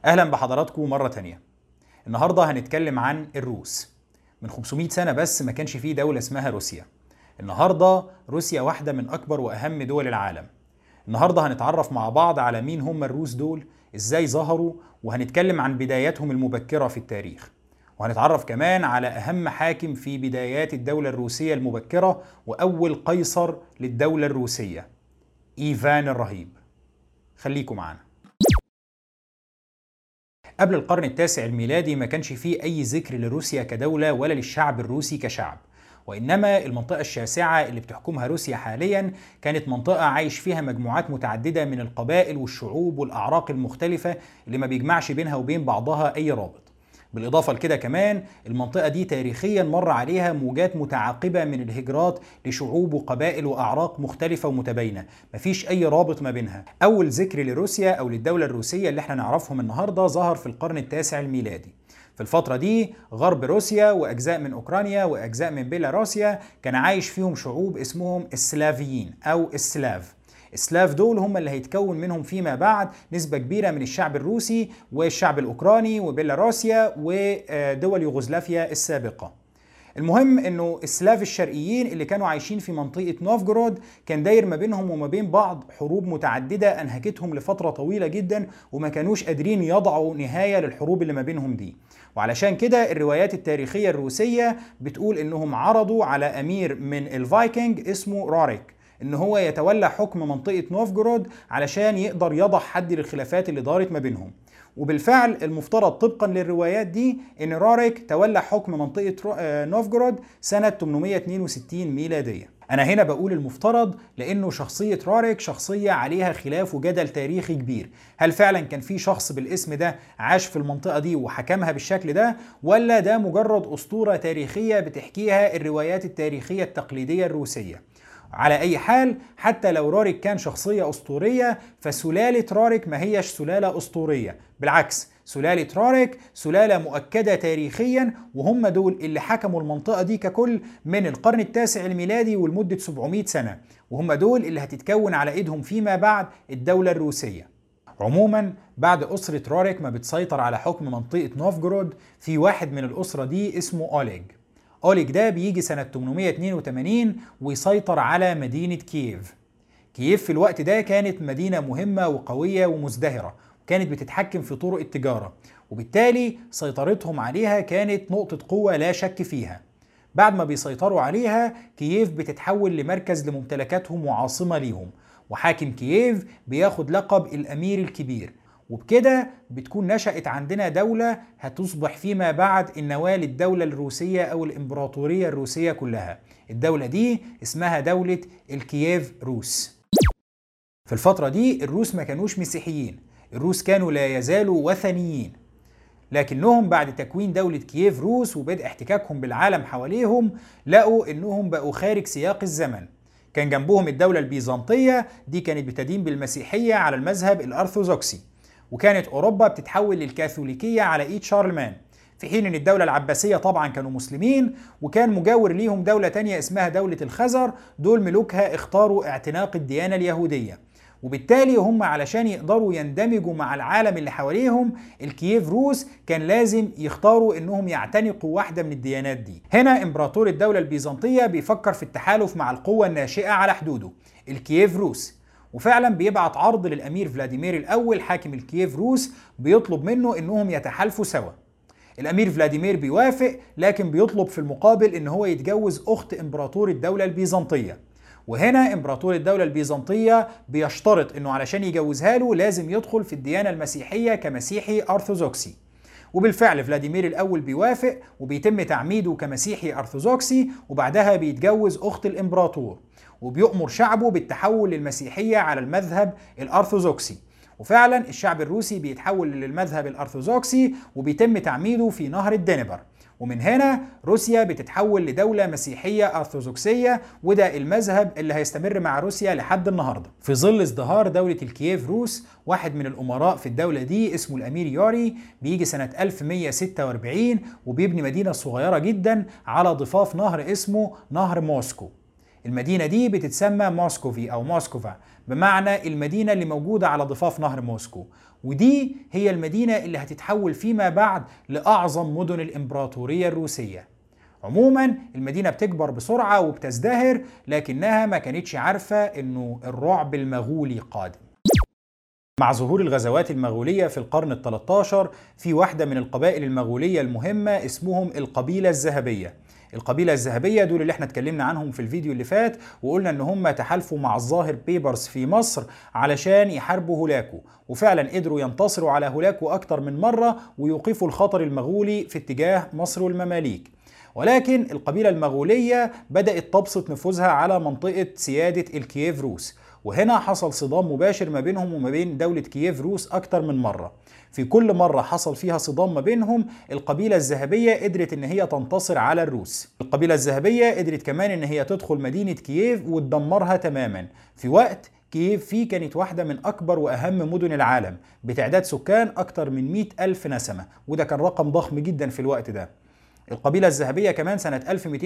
أهلا بحضراتكم مرة تانية. النهاردة هنتكلم عن الروس. من 500 سنة بس ما كانش فيه دولة اسمها روسيا. النهاردة روسيا واحدة من أكبر وأهم دول العالم. النهاردة هنتعرف مع بعض على مين هم الروس دول، إزاي ظهروا، وهنتكلم عن بداياتهم المبكرة في التاريخ. وهنتعرف كمان على أهم حاكم في بدايات الدولة الروسية المبكرة وأول قيصر للدولة الروسية، إيفان الرهيب. خليكم معنا. قبل القرن التاسع الميلادي ما كانش فيه أي ذكر لروسيا كدولة ولا للشعب الروسي كشعب، وإنما المنطقة الشاسعة اللي بتحكمها روسيا حاليا كانت منطقة عايش فيها مجموعات متعددة من القبائل والشعوب والأعراق المختلفة اللي ما بيجمعش بينها وبين بعضها أي رابط. بالإضافة لكده كمان المنطقة دي تاريخيا مر عليها موجات متعاقبة من الهجرات لشعوب وقبائل وأعراق مختلفة ومتباينة، مفيش أي رابط ما بينها. أول ذكر لروسيا أو للدولة الروسية اللي احنا نعرفهم النهاردة ظهر في القرن التاسع الميلادي. في الفترة دي غرب روسيا وأجزاء من أوكرانيا وأجزاء من بيلاروسيا كان عايش فيهم شعوب اسمهم السلافيين أو السلاف. السلاف دول هم اللي هيتكون منهم فيما بعد نسبة كبيرة من الشعب الروسي والشعب الأوكراني وبيلاروسيا ودول يوغوسلافيا السابقة. المهم انه السلاف الشرقيين اللي كانوا عايشين في منطقة نوفغورود كان داير ما بينهم وما بين بعض حروب متعددة انهكتهم لفترة طويلة جدا، وما كانوش قادرين يضعوا نهاية للحروب اللي ما بينهم دي. وعلشان كده الروايات التاريخية الروسية بتقول انهم عرضوا على امير من الفايكنج اسمه راريك ان هو يتولى حكم منطقة نوفغورود علشان يقدر يضع حد للخلافات اللي دارت ما بينهم. وبالفعل المفترض طبقا للروايات دي ان راريك تولى حكم منطقة نوفغورود سنة 862 ميلادية. أنا هنا بقول المفترض لأنه شخصية راريك شخصية عليها خلاف وجدل تاريخي كبير. هل فعلا كان في شخص بالاسم ده عاش في المنطقة دي وحكمها بالشكل ده، ولا ده مجرد أسطورة تاريخية بتحكيها الروايات التاريخية التقليدية الروسية؟ على أي حال، حتى لو راريك كان شخصية أسطورية فسلالة راريك ما هيش سلالة أسطورية، بالعكس سلالة راريك سلالة مؤكدة تاريخيا، وهم دول اللي حكموا المنطقة دي ككل من القرن التاسع الميلادي ولمدة 700 سنة، وهم دول اللي هتتكون على إيدهم فيما بعد الدولة الروسية. عموما بعد أسرة راريك ما بتسيطر على حكم منطقة نوفغورود في واحد من الأسرة دي اسمه أوليج. أوليج ده بيجي سنة 882 ويسيطر على مدينة كييف. كييف في الوقت ده كانت مدينة مهمة وقوية ومزدهرة، وكانت بتتحكم في طرق التجارة، وبالتالي سيطرتهم عليها كانت نقطة قوة لا شك فيها. بعد ما بيسيطروا عليها كييف بتتحول لمركز لممتلكاتهم وعاصمة ليهم، وحاكم كييف بياخد لقب الأمير الكبير. وبكده بتكون نشأت عندنا دولة هتصبح فيما بعد النواة للدولة الروسية أو الإمبراطورية الروسية كلها. الدولة دي اسمها دولة الكييف روس. في الفترة دي الروس ما كانوش مسيحيين، الروس كانوا لا يزالوا وثنيين، لكنهم بعد تكوين دولة كييف روس وبدء احتكاكهم بالعالم حواليهم لقوا انهم بقوا خارج سياق الزمن. كان جنبهم الدولة البيزنطية، دي كانت بتدين بالمسيحية على المذهب الأرثوذكسي، وكانت أوروبا بتتحول للكاثوليكية على إيد شارلمان، في حين ان الدولة العباسية طبعا كانوا مسلمين، وكان مجاور ليهم دولة تانية اسمها دولة الخزر، دول ملوكها اختاروا اعتناق الديانة اليهودية. وبالتالي هم علشان يقدروا يندمجوا مع العالم اللي حواليهم الكييف روس كان لازم يختاروا انهم يعتنقوا واحدة من الديانات دي. هنا امبراطور الدولة البيزنطية بيفكر في التحالف مع القوة الناشئة على حدوده الكييف روس، وفعلا بيبعت عرض للأمير فلاديمير الأول حاكم الكييف روس بيطلب منه انهم يتحالفوا سوا. الأمير فلاديمير بيوافق، لكن بيطلب في المقابل ان هو يتجوز أخت امبراطور الدولة البيزنطية. وهنا امبراطور الدولة البيزنطية بيشترط انه علشان يجوزها له لازم يدخل في الديانة المسيحية كمسيحي أرثوذكسي. وبالفعل فلاديمير الأول بيوافق وبيتم تعميده كمسيحي أرثوذكسي، وبعدها بيتجوز أخت الإمبراطور، وبيؤمر شعبه بالتحول للمسيحية على المذهب الأرثوذكسي. وفعلا الشعب الروسي بيتحول للمذهب الأرثوذكسي وبيتم تعميده في نهر الدنبر، ومن هنا روسيا بتتحول لدولة مسيحية أرثوذكسية، وده المذهب اللي هيستمر مع روسيا لحد النهاردة. في ظل ازدهار دولة الكييف روس، واحد من الأمراء في الدولة دي اسمه الأمير يوري بيجي سنة 1146 وبيبني مدينة صغيرة جدا على ضفاف نهر اسمه نهر موسكو. المدينة دي بتتسمى موسكوفي أو موسكوفا بمعنى المدينة اللي موجودة على ضفاف نهر موسكو، ودي هي المدينة اللي هتتحول فيما بعد لأعظم مدن الإمبراطورية الروسية. عموما المدينة بتكبر بسرعة وبتزدهر، لكنها ما كانتش عارفة إنه الرعب المغولي قادم. مع ظهور الغزوات المغولية في القرن ال13 في واحدة من القبائل المغولية المهمة اسمهم القبيلة الذهبية. القبيلة الذهبية دول اللي احنا اتكلمنا عنهم في الفيديو اللي فات، وقلنا ان هم تحالفوا مع الظاهر بيبرس في مصر علشان يحاربوا هولاكو، وفعلا قدروا ينتصروا على هولاكو اكتر من مرة ويوقفوا الخطر المغولي في اتجاه مصر والمماليك. ولكن القبيلة المغولية بدأت تبسط نفوذها على منطقة سيادة الكييف روس، وهنا حصل صدام مباشر ما بينهم وما بين دولة كييف روس أكتر من مرة. في كل مرة حصل فيها صدام ما بينهم القبيلة الذهبية قدرت إن هي تنتصر على الروس. القبيلة الذهبية قدرت كمان إن هي تدخل مدينة كييف وتدمرها تماما في وقت كييف فيه كانت واحدة من أكبر وأهم مدن العالم بتعداد سكان أكتر من 100,000 نسمة، وده كان رقم ضخم جدا في الوقت ده. القبيلة الذهبية كمان سنة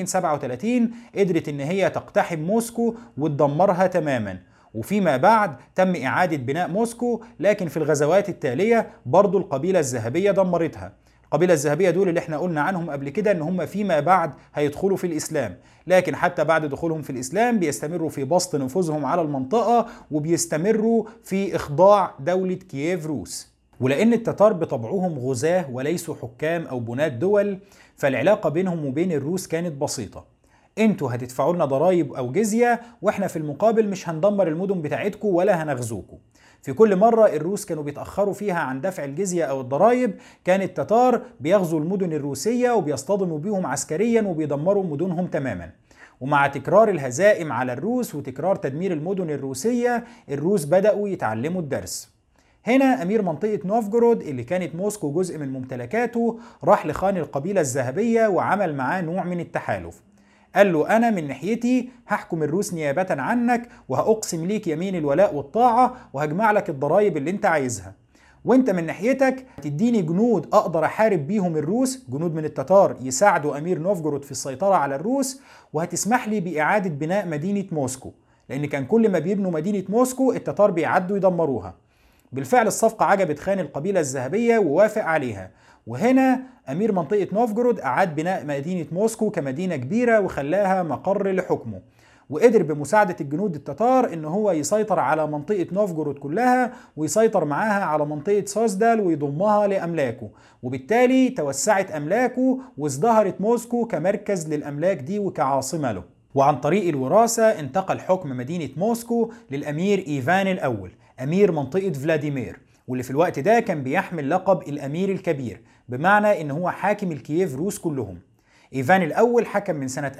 1237 قدرت إن هي تقتحم موسكو وتدمرها تماما، وفيما بعد تم إعادة بناء موسكو، لكن في الغزوات التالية برضو القبيلة الذهبية دمرتها. القبيلة الذهبية دول اللي احنا قلنا عنهم قبل كده ان هم فيما بعد هيدخلوا في الإسلام، لكن حتى بعد دخولهم في الإسلام بيستمروا في بسط نفوذهم على المنطقة وبيستمروا في إخضاع دولة كييف روس. ولأن التتار بطبعهم غزاة وليسوا حكام أو بناة دول، فالعلاقة بينهم وبين الروس كانت بسيطة. انتوا هتدفعوا لنا ضرائب او جزية، واحنا في المقابل مش هندمر المدن بتاعتكم ولا هنغزوكم. في كل مرة الروس كانوا بيتأخروا فيها عن دفع الجزية او الضرائب، كان التتار بيغزوا المدن الروسية وبيصطدموا بيهم عسكريا وبيدمروا مدنهم تماما. ومع تكرار الهزائم على الروس وتكرار تدمير المدن الروسية، الروس بدأوا يتعلموا الدرس. هنا أمير منطقة نوفجورود اللي كانت موسكو جزء من ممتلكاته راح لخان القبيلة الذهبية وعمل معاه نوع من التحالف. قال له أنا من ناحيتي هحكم الروس نيابة عنك، وهأقسم ليك يمين الولاء والطاعة، وهجمع لك الضرائب اللي انت عايزها، وانت من ناحيتك هتديني جنود أقدر أحارب بيهم الروس، جنود من التتار يساعدوا أمير نوفجورود في السيطرة على الروس، وهتسمح لي بإعادة بناء مدينة موسكو، لأن كان كل ما بيبنوا مدينة موسكو التتار بيعدوا يدمروها. بالفعل الصفقة عجبت خان القبيلة الذهبية ووافق عليها، وهنا أمير منطقة نوفجورود أعاد بناء مدينة موسكو كمدينة كبيرة وخلاها مقر لحكمه، وقدر بمساعدة الجنود التتار إن هو يسيطر على منطقة نوفجورود كلها، ويسيطر معاها على منطقة سوزدال ويضمها لأملاكه، وبالتالي توسعت أملاكه وازدهرت موسكو كمركز للأملاك دي وكعاصمة له. وعن طريق الوراثة انتقل حكم مدينة موسكو للأمير إيفان الأول، أمير منطقة فلاديمير، واللي في الوقت ده كان بيحمل لقب الأمير الكبير، بمعنى إن هو حاكم الكييف روس كلهم. إيفان الأول حكم من سنة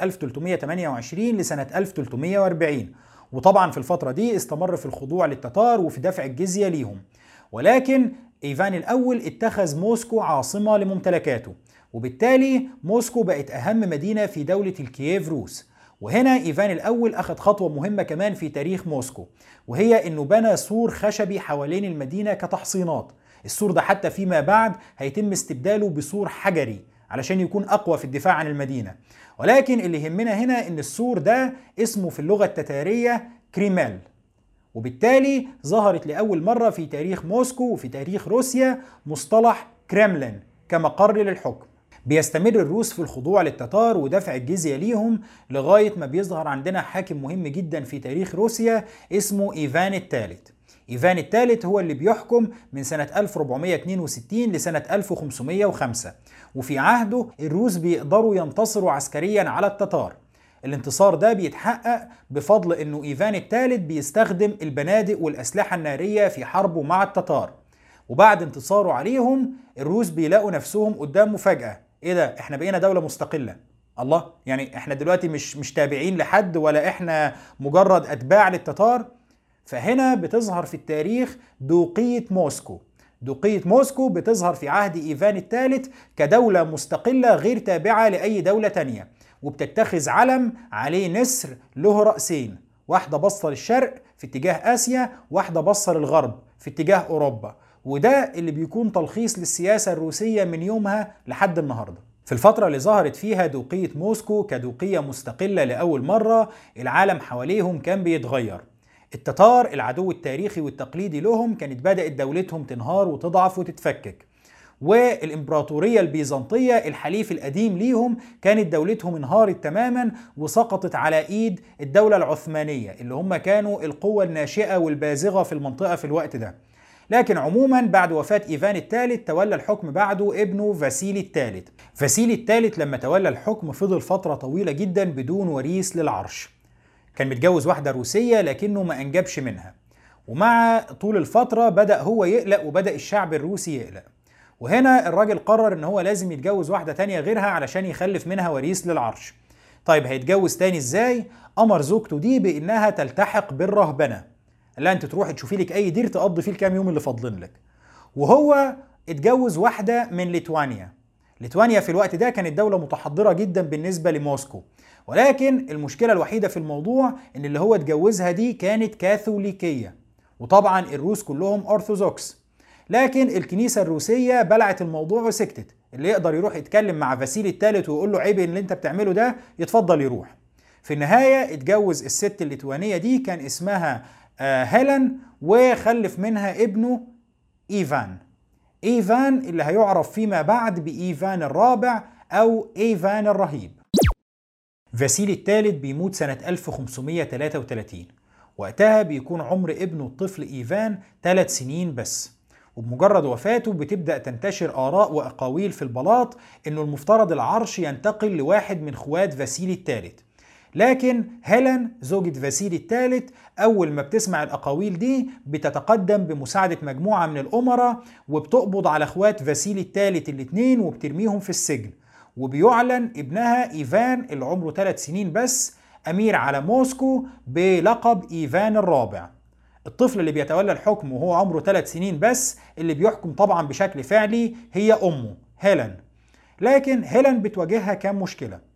1328 لسنة 1340، وطبعا في الفترة دي استمر في الخضوع للتتار وفي دفع الجزية ليهم. ولكن إيفان الأول اتخذ موسكو عاصمة لممتلكاته، وبالتالي موسكو بقت أهم مدينة في دولة الكييف روس. وهنا إيفان الأول أخذ خطوة مهمة كمان في تاريخ موسكو، وهي إنه بنى سور خشبي حوالين المدينة كتحصينات. السور ده حتى فيما بعد هيتم استبداله بسور حجري علشان يكون أقوى في الدفاع عن المدينة. ولكن اللي يهمنا هنا إن السور ده اسمه في اللغة التتارية كريمال، وبالتالي ظهرت لأول مرة في تاريخ موسكو وفي تاريخ روسيا مصطلح كريملين كمقر للحكم. بيستمر الروس في الخضوع للتتار ودفع الجزية ليهم لغاية ما بيظهر عندنا حاكم مهم جدا في تاريخ روسيا اسمه إيفان الثالث. إيفان الثالث هو اللي بيحكم من سنة 1462 لسنة 1505، وفي عهده الروس بيقدروا ينتصروا عسكريا على التتار. الانتصار ده بيتحقق بفضل انه إيفان الثالث بيستخدم البنادق والأسلحة النارية في حربه مع التتار. وبعد انتصاره عليهم الروس بيلاقوا نفسهم قدام مفاجأة، ايه ده، احنا بقينا دولة مستقلة. الله، يعني احنا دلوقتي مش تابعين لحد ولا احنا مجرد اتباع للتتار. فهنا بتظهر في التاريخ دوقية موسكو. دوقية موسكو بتظهر في عهد إيفان الثالث كدولة مستقلة غير تابعة لأي دولة تانية، وبتتخذ علم عليه نسر له رأسين، واحدة بصة للشرق في اتجاه آسيا، واحدة بصة للغرب في اتجاه أوروبا. وده اللي بيكون تلخيص للسياسة الروسية من يومها لحد النهاردة. في الفترة اللي ظهرت فيها دوقية موسكو كدوقية مستقلة لأول مرة، العالم حواليهم كان بيتغير. التتار العدو التاريخي والتقليدي لهم كانت بدأت دولتهم تنهار وتضعف وتتفكك، والإمبراطورية البيزنطية الحليف القديم ليهم كانت دولتهم انهارت تماما وسقطت على إيد الدولة العثمانية اللي هم كانوا القوة الناشئة والبازغة في المنطقة في الوقت ده. لكن عموما بعد وفاة إيفان الثالث تولى الحكم بعده ابنه فاسيلي الثالث. فاسيلي الثالث لما تولى الحكم فضل فترة طويلة جدا بدون وريث للعرش. كان متجوز واحدة روسية لكنه ما أنجبش منها، ومع طول الفترة بدأ هو يقلق وبدأ الشعب الروسي يقلق، وهنا الراجل قرر ان هو لازم يتجوز واحدة تانية غيرها علشان يخلف منها وريث للعرش. طيب هيتجوز تاني ازاي؟ أمر زوجته دي بإنها تلتحق بالرهبنة، لا انت تروحي تشوفي لك اي دير تقضي فيه الكام يوم اللي فاضلين لك. وهو اتجوز واحدة من ليتوانيا. ليتوانيا في الوقت ده كانت دولة متحضرة جدا بالنسبة لموسكو، ولكن المشكلة الوحيدة في الموضوع ان اللي هو اتجوزها دي كانت كاثوليكية، وطبعا الروس كلهم أرثوذكس. لكن الكنيسة الروسية بلعت الموضوع وسكتت، اللي يقدر يروح يتكلم مع فاسيلي الثالث ويقول له عيب اللي انت بتعمله ده يتفضل يروح. في النهاية اتجوز الست الليتوانية دي كان اسمها هيلين، وخلف منها ابنه إيفان. إيفان اللي هيعرف فيما بعد بإيفان الرابع أو إيفان الرهيب. فاسيلي الثالث بيموت سنة 1533، وقتها بيكون عمر ابنه الطفل إيفان 3 سنين بس. وبمجرد وفاته بتبدأ تنتشر آراء وأقاويل في البلاط إنه المفترض العرش ينتقل لواحد من خوات فاسيلي الثالث. لكن هيلين زوجة فاسيلي الثالث أول ما بتسمع الأقاويل دي بتتقدم بمساعدة مجموعة من الأمراء وبتقبض على اخوات فاسيلي الثالث الاثنين وبترميهم في السجن، وبيعلن ابنها إيفان اللي عمره 3 سنين بس أمير على موسكو بلقب إيفان الرابع. الطفل اللي بيتولى الحكم وهو عمره 3 سنين بس اللي بيحكم طبعا بشكل فعلي هي أمه هيلين. لكن هيلين بتواجهها كام مشكلة.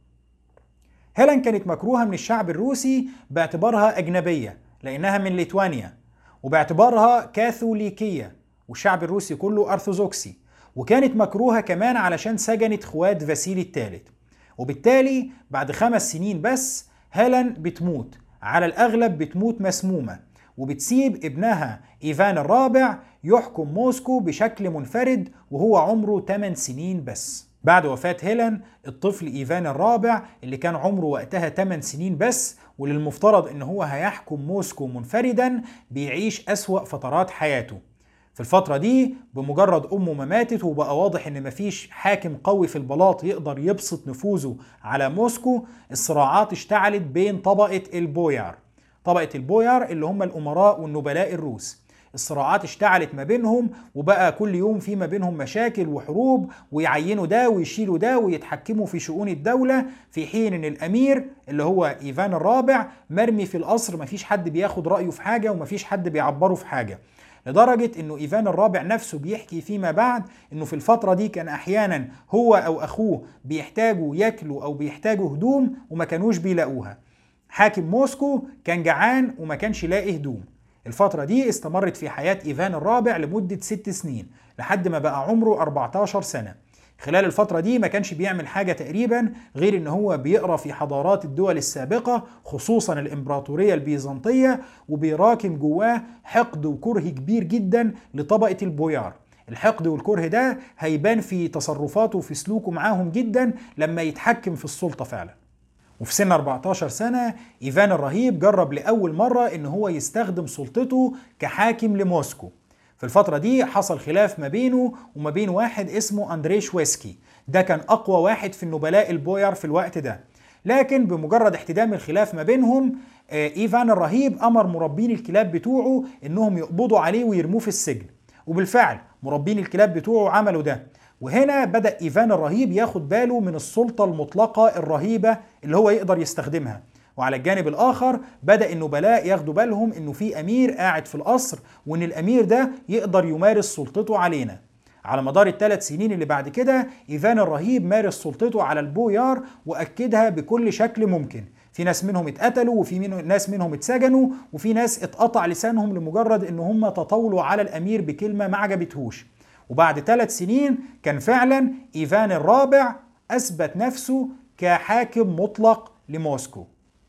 هيلين كانت مكروهة من الشعب الروسي باعتبارها أجنبية لأنها من ليتوانيا، وباعتبارها كاثوليكية والشعب الروسي كله أرثوذكسي، وكانت مكروهة كمان علشان سجنت خوات فاسيلي الثالث. وبالتالي بعد 5 سنين بس هيلين بتموت، على الأغلب بتموت مسمومة، وبتسيب ابنها إيفان الرابع يحكم موسكو بشكل منفرد وهو عمره 8 سنين بس. بعد وفاة هيلين الطفل إيفان الرابع اللي كان عمره وقتها 8 سنين بس واللي المفترض إن هو هيحكم موسكو منفردا بيعيش أسوأ فترات حياته. في الفترة دي بمجرد أمه ما ماتت وبقى واضح إن مفيش حاكم قوي في البلاط يقدر يبسط نفوذه على موسكو، الصراعات اشتعلت بين طبقة البويار. طبقة البويار اللي هم الأمراء والنبلاء الروس، الصراعات اشتعلت ما بينهم وبقى كل يوم في ما بينهم مشاكل وحروب، ويعينوا ده ويشيلوا ده ويتحكموا في شؤون الدولة، في حين ان الامير اللي هو ايفان الرابع مرمي في القصر، مفيش حد بياخد رأيه في حاجة ومفيش حد بيعبره في حاجة. لدرجة انه ايفان الرابع نفسه بيحكي فيما بعد انه في الفترة دي كان احيانا هو او اخوه بيحتاجوا ياكلوا او بيحتاجوا هدوم وما كانوش بيلاقوها. حاكم موسكو كان جعان وما كانش لاقي هدوم. الفترة دي استمرت في حياة إيفان الرابع لمدة 6 سنين لحد ما بقى عمره 14 سنة. خلال الفترة دي ما كانش بيعمل حاجة تقريبا غير إن هو بيقرأ في حضارات الدول السابقة خصوصا الإمبراطورية البيزنطية، وبيراكم جواه حقد وكره كبير جدا لطبقة البويار. الحقد والكره ده هيبان في تصرفاته وفي سلوكه معاهم جدا لما يتحكم في السلطة فعلا. وفي سن 14 سنة إيفان الرهيب جرب لأول مرة إن هو يستخدم سلطته كحاكم لموسكو. في الفترة دي حصل خلاف ما بينه وما بين واحد اسمه أندري شويسكي، ده كان أقوى واحد في النبلاء البويار في الوقت ده. لكن بمجرد احتدام الخلاف ما بينهم إيفان الرهيب أمر مربين الكلاب بتوعه إنهم يقبضوا عليه ويرموه في السجن، وبالفعل مربين الكلاب بتوعه عملوا ده. وهنا بدأ إيفان الرهيب ياخد باله من السلطة المطلقة الرهيبة اللي هو يقدر يستخدمها. وعلى الجانب الآخر بدأ النبلاء ياخدوا بالهم إنه في أمير قاعد في القصر وإن الأمير ده يقدر يمارس سلطته علينا. على مدار ال3 سنين اللي بعد كده إيفان الرهيب مارس سلطته على البويار وأكدها بكل شكل ممكن. في ناس منهم اتقتلوا، وفي ناس منهم اتسجنوا، وفي ناس اتقطع لسانهم لمجرد إن هم تطاولوا على الأمير بكلمة ما عجبتهوش. وبعد 3 سنين كان فعلا إيفان الرابع أثبت نفسه كحاكم مطلق لموسكو.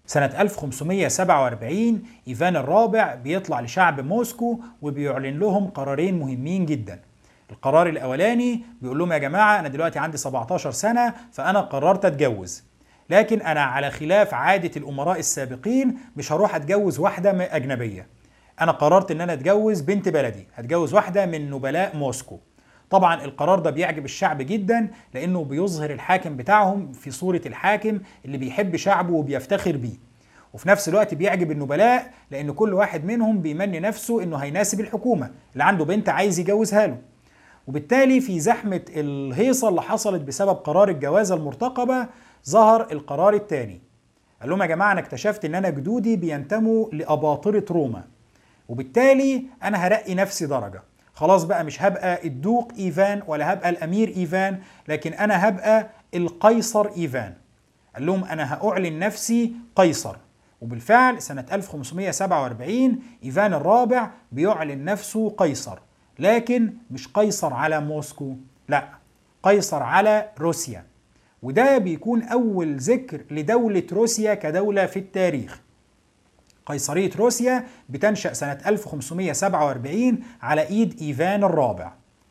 سنة 1547 إيفان الرابع بيطلع لشعب موسكو وبيعلن لهم قرارين مهمين جدا. القرار الأولاني بيقول لهم: يا جماعة، أنا دلوقتي عندي 17 سنة، فأنا قررت أتجوز، لكن أنا على خلاف عادة الأمراء السابقين مش هروح أتجوز واحدة أجنبية. أنا قررت إن أنا أتجوز بنت بلدي، هتجوز واحدة من نبلاء موسكو. طبعا القرار ده بيعجب الشعب جدا، لأنه بيظهر الحاكم بتاعهم في صورة الحاكم اللي بيحب شعبه وبيفتخر بيه، وفي نفس الوقت بيعجب النبلاء لأن كل واحد منهم بيمني نفسه إنه هيناسب الحكومة اللي عنده بنت عايز يجوزها له. وبالتالي في زحمة الهيصة اللي حصلت بسبب قرار الجوازة المرتقبة، ظهر القرار الثاني. قال لهم: يا جماعة، أنا اكتشفت إن أنا جدودي بينتموا لأباطرة روما، وبالتالي أنا هرقي نفسي درجة. خلاص بقى مش هبقى الدوق إيفان ولا هبقى الأمير إيفان، لكن أنا هبقى القيصر إيفان. قال لهم: أنا هأعلن نفسي قيصر. وبالفعل سنة 1547 إيفان الرابع بيعلن نفسه قيصر، لكن مش قيصر على موسكو، لا، قيصر على روسيا. وده بيكون أول ذكر لدولة روسيا كدولة في التاريخ. قيصرية روسيا بتنشأ سنة 1547 على إيد إيفان الرابع.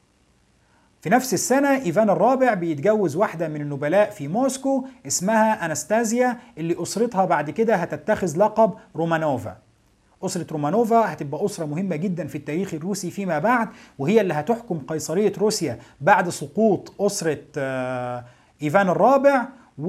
في نفس السنة إيفان الرابع بيتجوز واحدة من النبلاء في موسكو اسمها أناستازيا، اللي أسرتها بعد كده هتتخذ لقب رومانوفا. أسرة رومانوفا هتبقى أسرة مهمة جدا في التاريخ الروسي فيما بعد، وهي اللي هتحكم قيصرية روسيا بعد سقوط أسرة إيفان الرابع،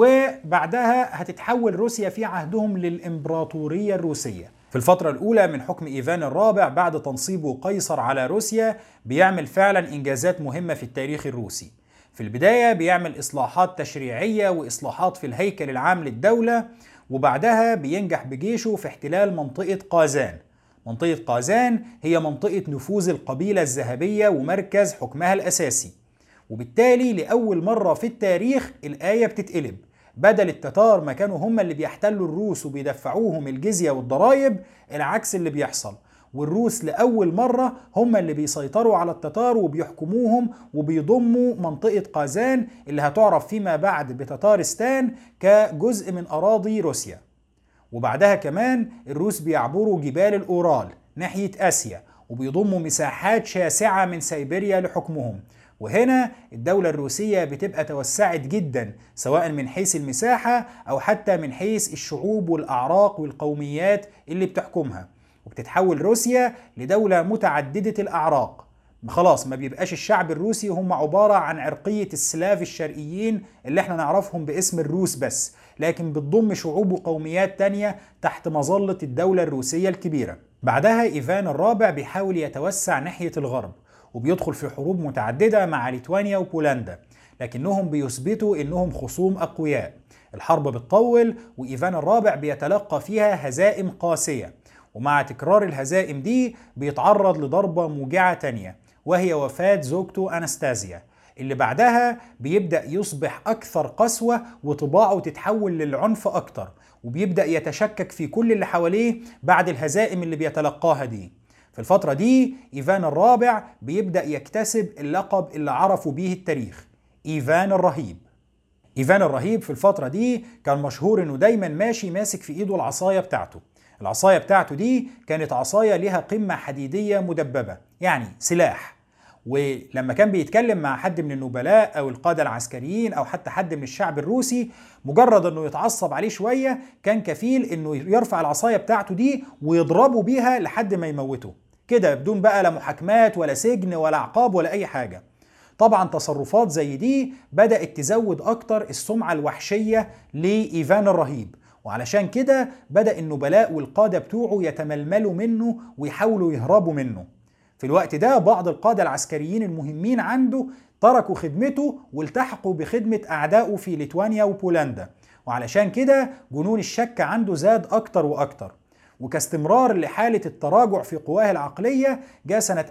وبعدها هتتحول روسيا في عهدهم للإمبراطورية الروسية. في الفترة الأولى من حكم إيفان الرابع بعد تنصيبه قيصر على روسيا بيعمل فعلا إنجازات مهمة في التاريخ الروسي. في البداية بيعمل إصلاحات تشريعية وإصلاحات في الهيكل العام للدولة، وبعدها بينجح بجيشه في احتلال منطقة قازان. منطقة قازان هي منطقة نفوذ القبيلة الذهبية ومركز حكمها الأساسي. وبالتالي لأول مرة في التاريخ الآية بتتقلب، بدل التتار ما كانوا هم اللي بيحتلوا الروس وبيدفعوهم الجزية والضرائب، العكس اللي بيحصل، والروس لأول مرة هم اللي بيسيطروا على التتار وبيحكموهم وبيضموا منطقة قازان اللي هتعرف فيما بعد بتتارستان كجزء من أراضي روسيا. وبعدها كمان الروس بيعبروا جبال الأورال ناحية آسيا وبيضموا مساحات شاسعة من سيبيريا لحكمهم. وهنا الدولة الروسية بتبقى توسعت جدا، سواء من حيث المساحة أو حتى من حيث الشعوب والأعراق والقوميات اللي بتحكمها، وبتتحول روسيا لدولة متعددة الأعراق. خلاص ما بيبقاش الشعب الروسي هم عبارة عن عرقية السلاف الشرقيين اللي احنا نعرفهم باسم الروس بس، لكن بتضم شعوب وقوميات تانية تحت مظلة الدولة الروسية الكبيرة. بعدها إيفان الرابع بيحاول يتوسع ناحية الغرب وبيدخل في حروب متعددة مع ليتوانيا وبولندا، لكنهم بيثبتوا إنهم خصوم أقوياء. الحرب بتطول وإيفان الرابع بيتلقى فيها هزائم قاسية، ومع تكرار الهزائم دي بيتعرض لضربة موجعة تانية وهي وفاة زوجته أناستازيا، اللي بعدها بيبدأ يصبح أكثر قسوة وطباعه تتحول للعنف أكتر، وبيبدأ يتشكك في كل اللي حواليه بعد الهزائم اللي بيتلقاها دي. في الفترة دي إيفان الرابع بيبدأ يكتسب اللقب اللي عرفوا بيه التاريخ، إيفان الرهيب. إيفان الرهيب في الفترة دي كان مشهور إنه دايما ماشي ماسك في إيده العصاية بتاعته. العصاية بتاعته دي كانت عصاية لها قمة حديدية مدببة، يعني سلاح. ولما كان بيتكلم مع حد من النبلاء أو القادة العسكريين أو حتى حد من الشعب الروسي، مجرد أنه يتعصب عليه شوية كان كفيل أنه يرفع العصاية بتاعته دي ويضربه بيها لحد ما يموته كده، بدون بقى لا محاكمات ولا سجن ولا عقاب ولا أي حاجة. طبعا تصرفات زي دي بدأت تزود أكتر السمعة الوحشية لإيفان الرهيب، وعلشان كده بدأ النبلاء والقادة بتوعه يتململوا منه ويحاولوا يهربوا منه. في الوقت ده بعض القادة العسكريين المهمين عنده تركوا خدمته والتحقوا بخدمة أعدائه في ليتوانيا وبولندا، وعلشان كده جنون الشك عنده زاد أكتر وأكتر. وكاستمرار لحالة التراجع في قواه العقلية جاء سنة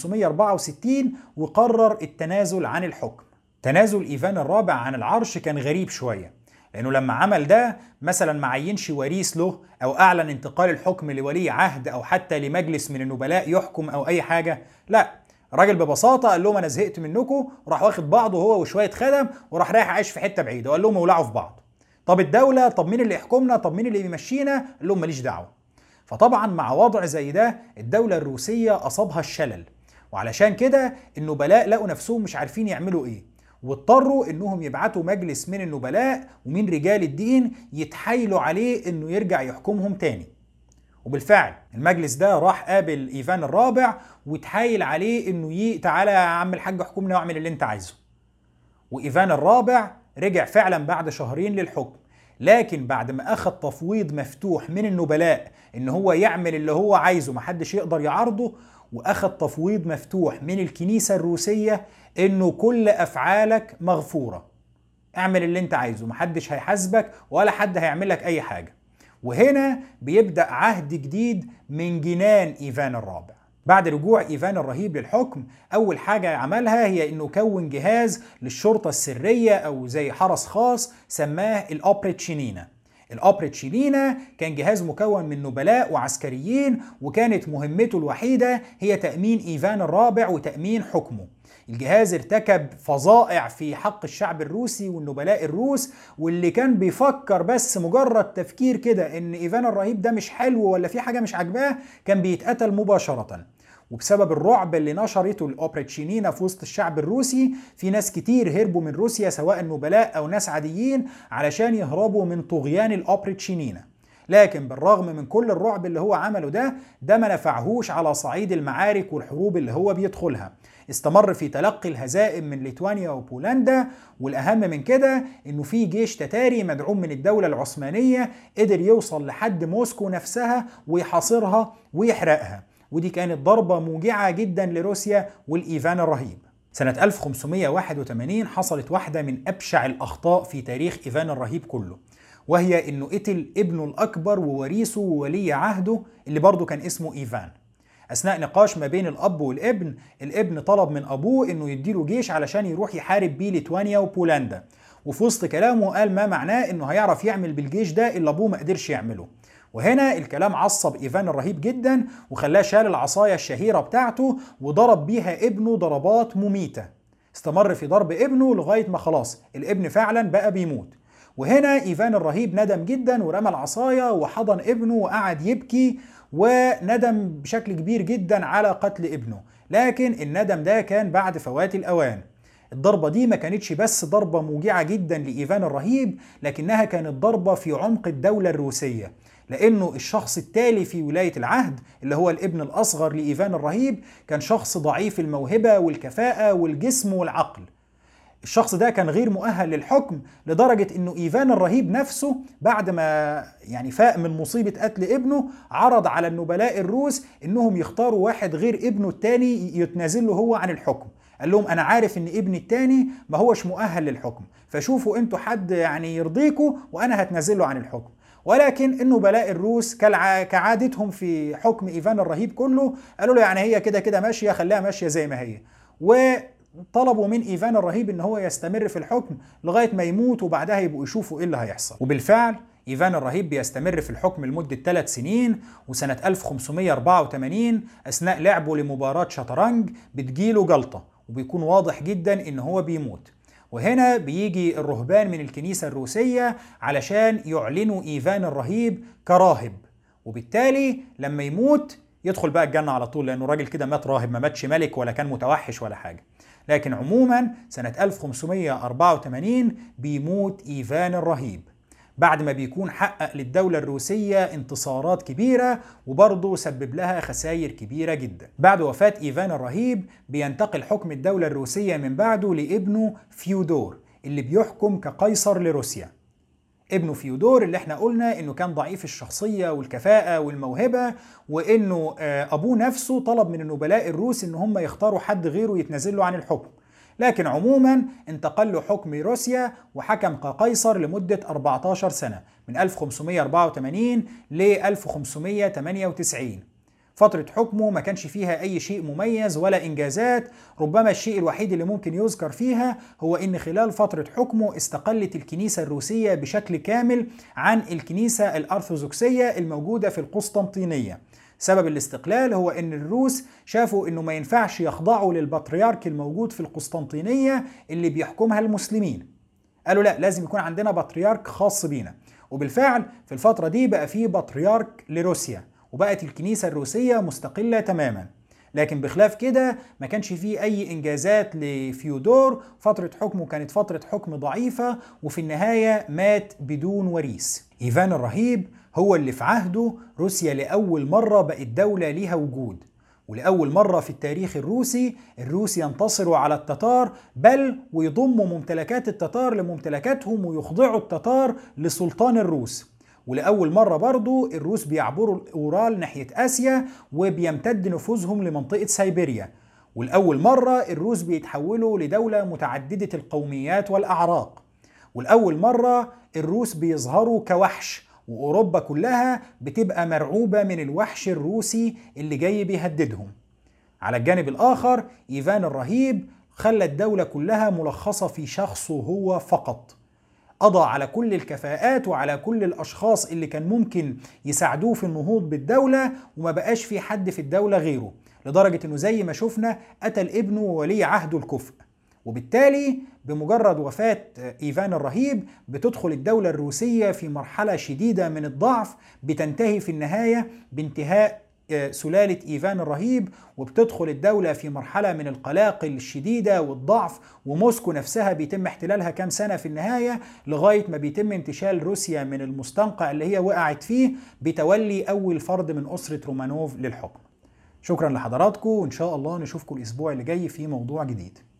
1564 وقرر التنازل عن الحكم. تنازل إيفان الرابع عن العرش كان غريب شوية، لأنه لما عمل ده مثلا ما عينش وريث له أو أعلن انتقال الحكم لولي عهد أو حتى لمجلس من النبلاء يحكم أو أي حاجة، لا، الراجل ببساطة قال لهم أنا زهقت منكم، وراح واخد بعضه هو وشوية خدم وراح رايح عايش في حتة بعيدة وقال لهم اولعوا في بعض. طب الدولة، طب مين اللي يحكمنا، طب مين اللي يمشينا؟ قال لهم ماليش دعوة. فطبعا مع وضع زي ده الدولة الروسية أصابها الشلل، وعلشان كده النبلاء لقوا نفسهم مش عارفين يعملوا ايه، واضطروا انهم يبعتوا مجلس من النبلاء ومن رجال الدين يتحايلوا عليه انه يرجع يحكمهم تاني. وبالفعل المجلس ده راح قابل ايفان الرابع وتحايل عليه انه تعالى يا عم الحاج احكمنا واعمل اللي انت عايزه. وايفان الرابع رجع فعلا بعد شهرين للحكم، لكن بعد ما اخذ تفويض مفتوح من النبلاء ان هو يعمل اللي هو عايزه محدش يقدر يعارضه، واخذ تفويض مفتوح من الكنيسة الروسية انه كل افعالك مغفورة، اعمل اللي انت عايزه، محدش هيحاسبك ولا حد هيعمل لك اي حاجة. وهنا بيبدأ عهد جديد من جنان ايفان الرابع. بعد رجوع ايفان الرهيب للحكم، اول حاجة عملها هي انه كون جهاز للشرطة السرية او زي حرس خاص سماه الأوبريتشينينا. الأوبريتشينينا كان جهاز مكون من نبلاء وعسكريين، وكانت مهمته الوحيدة هي تأمين ايفان الرابع وتأمين حكمه. الجهاز ارتكب فظائع في حق الشعب الروسي والنبلاء الروس، واللي كان بيفكر بس مجرد تفكير كده ان ايفان الرهيب ده مش حلو ولا في حاجة مش عاجباه كان بيتقتل مباشرة. وبسبب الرعب اللي نشرته الأوبريتشينينا في وسط الشعب الروسي، في ناس كتير هربوا من روسيا سواء نبلاء أو ناس عاديين علشان يهربوا من طغيان الأوبريتشينينا. لكن بالرغم من كل الرعب اللي هو عمله ده ما نفعهوش على صعيد المعارك والحروب اللي هو بيدخلها. استمر في تلقي الهزائم من ليتوانيا وبولندا، والأهم من كده إنه في جيش تتاري مدعوم من الدولة العثمانية قدر يوصل لحد موسكو نفسها ويحاصرها ويحرقها، ودي كانت ضربة موجعة جدا لروسيا والإيفان الرهيب. سنة 1581 حصلت واحدة من أبشع الأخطاء في تاريخ إيفان الرهيب كله، وهي إنه قتل ابنه الأكبر ووريثه وولي عهده اللي برضه كان اسمه إيفان. أثناء نقاش ما بين الأب والابن، الابن طلب من أبوه إنه يديله جيش علشان يروح يحارب بيه ليتوانيا وبولندا، وفي وسط كلامه قال ما معناه إنه هيعرف يعمل بالجيش ده اللي أبوه ما قدرش يعمله. وهنا الكلام عصب إيفان الرهيب جدا وخلاه شال العصاية الشهيرة بتاعته وضرب بيها ابنه ضربات مميتة. استمر في ضرب ابنه لغاية ما خلاص الابن فعلا بقى بيموت. وهنا إيفان الرهيب ندم جدا ورمى العصاية وحضن ابنه وقعد يبكي، وندم بشكل كبير جدا على قتل ابنه. لكن الندم ده كان بعد فوات الأوان. الضربة دي ما كانتش بس ضربة موجعة جدا لإيفان الرهيب، لكنها كانت ضربة في عمق الدولة الروسية، لأنه الشخص التالي في ولاية العهد اللي هو الابن الأصغر لإيفان الرهيب كان شخص ضعيف الموهبة والكفاءة والجسم والعقل. الشخص ده كان غير مؤهل للحكم، لدرجة انه ايفان الرهيب نفسه بعد ما فاق من مصيبة قتل ابنه عرض على النبلاء الروس انهم يختاروا واحد غير ابنه التاني يتنازل له هو عن الحكم. قال لهم انا عارف ان ابني التاني ما هوش مؤهل للحكم، فشوفوا انتوا حد يرضيكوا وانا هتنازل له عن الحكم. ولكن النبلاء الروس كعادتهم في حكم ايفان الرهيب كله قالوا له هي كده كده ماشية، خليها ماشية زي ما هي، طلبوا من إيفان الرهيب إن هو يستمر في الحكم لغاية ما يموت وبعدها يبقوا يشوفوا إيه اللي هيحصل. وبالفعل إيفان الرهيب بيستمر في الحكم لمدة 3 سنين، وسنة 1584 أثناء لعبه لمباراة شطرنج بتجيله جلطة وبيكون واضح جدا إن هو بيموت. وهنا بيجي الرهبان من الكنيسة الروسية علشان يعلنوا إيفان الرهيب كراهب، وبالتالي لما يموت يدخل بقى الجنة على طول، لأنه راجل كده مات راهب، ما ماتش ملك ولا كان متوحش ولا حاجة. لكن عموما سنة 1584 بيموت إيفان الرهيب بعد ما بيكون حقق للدولة الروسية انتصارات كبيرة، وبرضه سبب لها خسائر كبيرة جدا. بعد وفاة إيفان الرهيب بينتقل حكم الدولة الروسية من بعده لابنه فيودور اللي بيحكم كقيصر لروسيا. ابنه فيودور اللي احنا قلنا انه كان ضعيف الشخصية والكفاءة والموهبة، وانه ابوه نفسه طلب من النبلاء الروس ان هم يختاروا حد غيره يتنازل له عن الحكم. لكن عموما انتقل له حكم روسيا وحكم كقيصر لمدة 14 سنة من 1584 ل 1598. فترة حكمه ما كانش فيها أي شيء مميز ولا إنجازات. ربما الشيء الوحيد اللي ممكن يذكر فيها هو إن خلال فترة حكمه استقلت الكنيسة الروسية بشكل كامل عن الكنيسة الأرثوذكسية الموجودة في القسطنطينية. سبب الاستقلال هو إن الروس شافوا إنه ما ينفعش يخضعوا للبطريرك الموجود في القسطنطينية اللي بيحكمها المسلمين. قالوا لا، لازم يكون عندنا بطريرك خاص بينا. وبالفعل في الفترة دي بقى فيه بطريرك لروسيا، وبقت الكنيسة الروسية مستقلة تماما. لكن بخلاف كده ما كانش فيه أي إنجازات لفيودور، فترة حكمه كانت فترة حكم ضعيفة، وفي النهاية مات بدون وريث. إيفان الرهيب هو اللي في عهده روسيا لأول مرة بقت دولة ليها وجود، ولأول مرة في التاريخ الروس ينتصروا على التتار، بل ويضموا ممتلكات التتار لممتلكاتهم ويخضعوا التتار لسلطان الروس. ولأول مرة برضو الروس بيعبروا الأورال ناحية آسيا وبيمتد نفوذهم لمنطقة سيبيريا. والأول مرة الروس بيتحولوا لدولة متعددة القوميات والأعراق. والأول مرة الروس بيظهروا كوحش، وأوروبا كلها بتبقى مرعوبة من الوحش الروسي اللي جاي بيهددهم. على الجانب الآخر إيفان الرهيب خلى الدولة كلها ملخصة في شخصه هو فقط، قضى على كل الكفاءات وعلى كل الأشخاص اللي كان ممكن يساعدوه في النهوض بالدولة، وما بقاش في حد في الدولة غيره، لدرجة انه زي ما شفنا قتل ابنه وولي عهده الكفء. وبالتالي بمجرد وفاة إيفان الرهيب بتدخل الدولة الروسية في مرحلة شديدة من الضعف، بتنتهي في النهاية بانتهاء سلالة إيفان الرهيب، وبتدخل الدولة في مرحلة من القلاقل الشديدة والضعف، وموسكو نفسها بيتم احتلالها كام سنة في النهاية، لغاية ما بيتم انتشال روسيا من المستنقع اللي هي وقعت فيه بتولي أول فرد من أسرة رومانوف للحكم. شكرا لحضراتكم، وإن شاء الله نشوفكم الأسبوع اللي جاي في موضوع جديد.